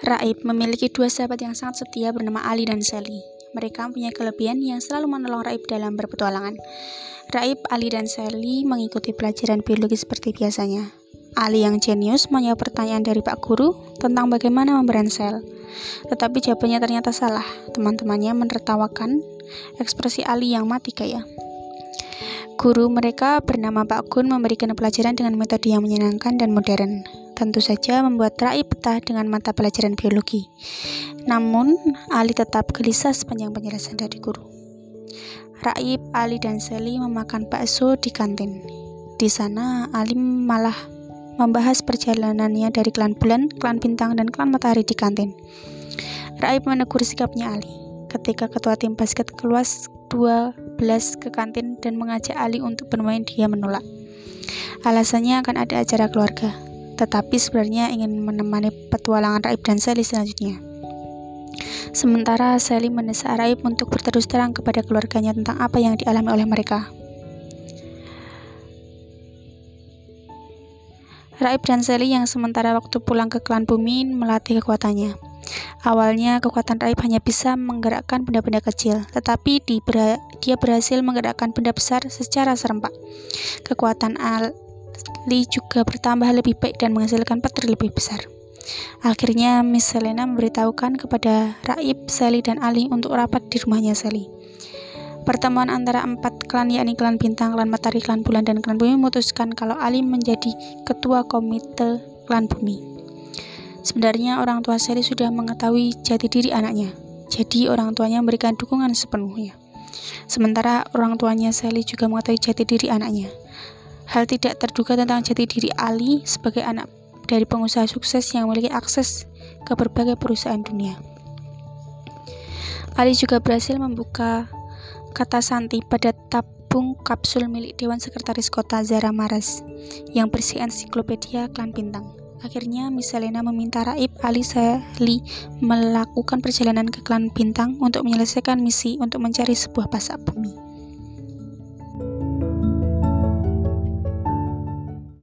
Raib memiliki dua sahabat yang sangat setia bernama Ali dan Sally. Mereka mempunyai kelebihan yang selalu menolong Raib dalam berpetualangan. Raib, Ali, dan Sally mengikuti pelajaran biologi seperti biasanya. Ali yang jenius menjawab pertanyaan dari Pak Guru tentang bagaimana memberan sel. Tetapi jawabannya ternyata salah. Teman-temannya menertawakan ekspresi Ali yang mati gaya. Guru mereka bernama Pak Gun memberikan pelajaran dengan metode yang menyenangkan dan modern. Tentu saja membuat Raib betah dengan mata pelajaran biologi. Namun, Ali tetap gelisah sepanjang penjelasan dari guru. Raib, Ali, dan Sally memakan bakso di kantin. Di sana, Ali malah membahas perjalanannya dari klan bulan, klan bintang, dan klan matahari di kantin. Raib menegur sikapnya Ali. Ketika ketua tim basket kelas 12 ke kantin dan mengajak Ali untuk bermain, dia menolak. Alasannya akan ada acara keluarga, tetapi sebenarnya ingin menemani petualangan Raib dan Sally selanjutnya. Sementara Sally mendesak Raib untuk berterus terang kepada keluarganya tentang apa yang dialami oleh mereka. Raib dan Sally yang sementara waktu pulang ke klan bumi melatih kekuatannya. Awalnya kekuatan Raib hanya bisa menggerakkan benda-benda kecil, tetapi dia berhasil menggerakkan benda besar secara serempak. Kekuatan Ali juga bertambah lebih baik dan menghasilkan petir lebih besar. Akhirnya Miss Selena memberitahukan kepada Raib, Sally, dan Ali untuk rapat di rumahnya Sally. Pertemuan antara 4 klan yakni klan bintang, klan matahari, klan bulan, dan klan bumi memutuskan kalau Ali menjadi ketua komite klan bumi. Sebenarnya orang tua Sally sudah mengetahui jati diri anaknya, jadi orang tuanya memberikan dukungan sepenuhnya. Sementara orang tuanya Sally juga mengetahui jati diri anaknya. Hal tidak terduga tentang jati diri Ali sebagai anak dari pengusaha sukses yang memiliki akses ke berbagai perusahaan dunia. Ali juga berhasil membuka kata Santi pada tabung kapsul milik Dewan Sekretaris Kota Zara Maras yang berisi ensiklopedia klan bintang. Akhirnya Miss Selena meminta Raib, Ali, Sally melakukan perjalanan ke klan bintang untuk menyelesaikan misi untuk mencari sebuah pasak bumi.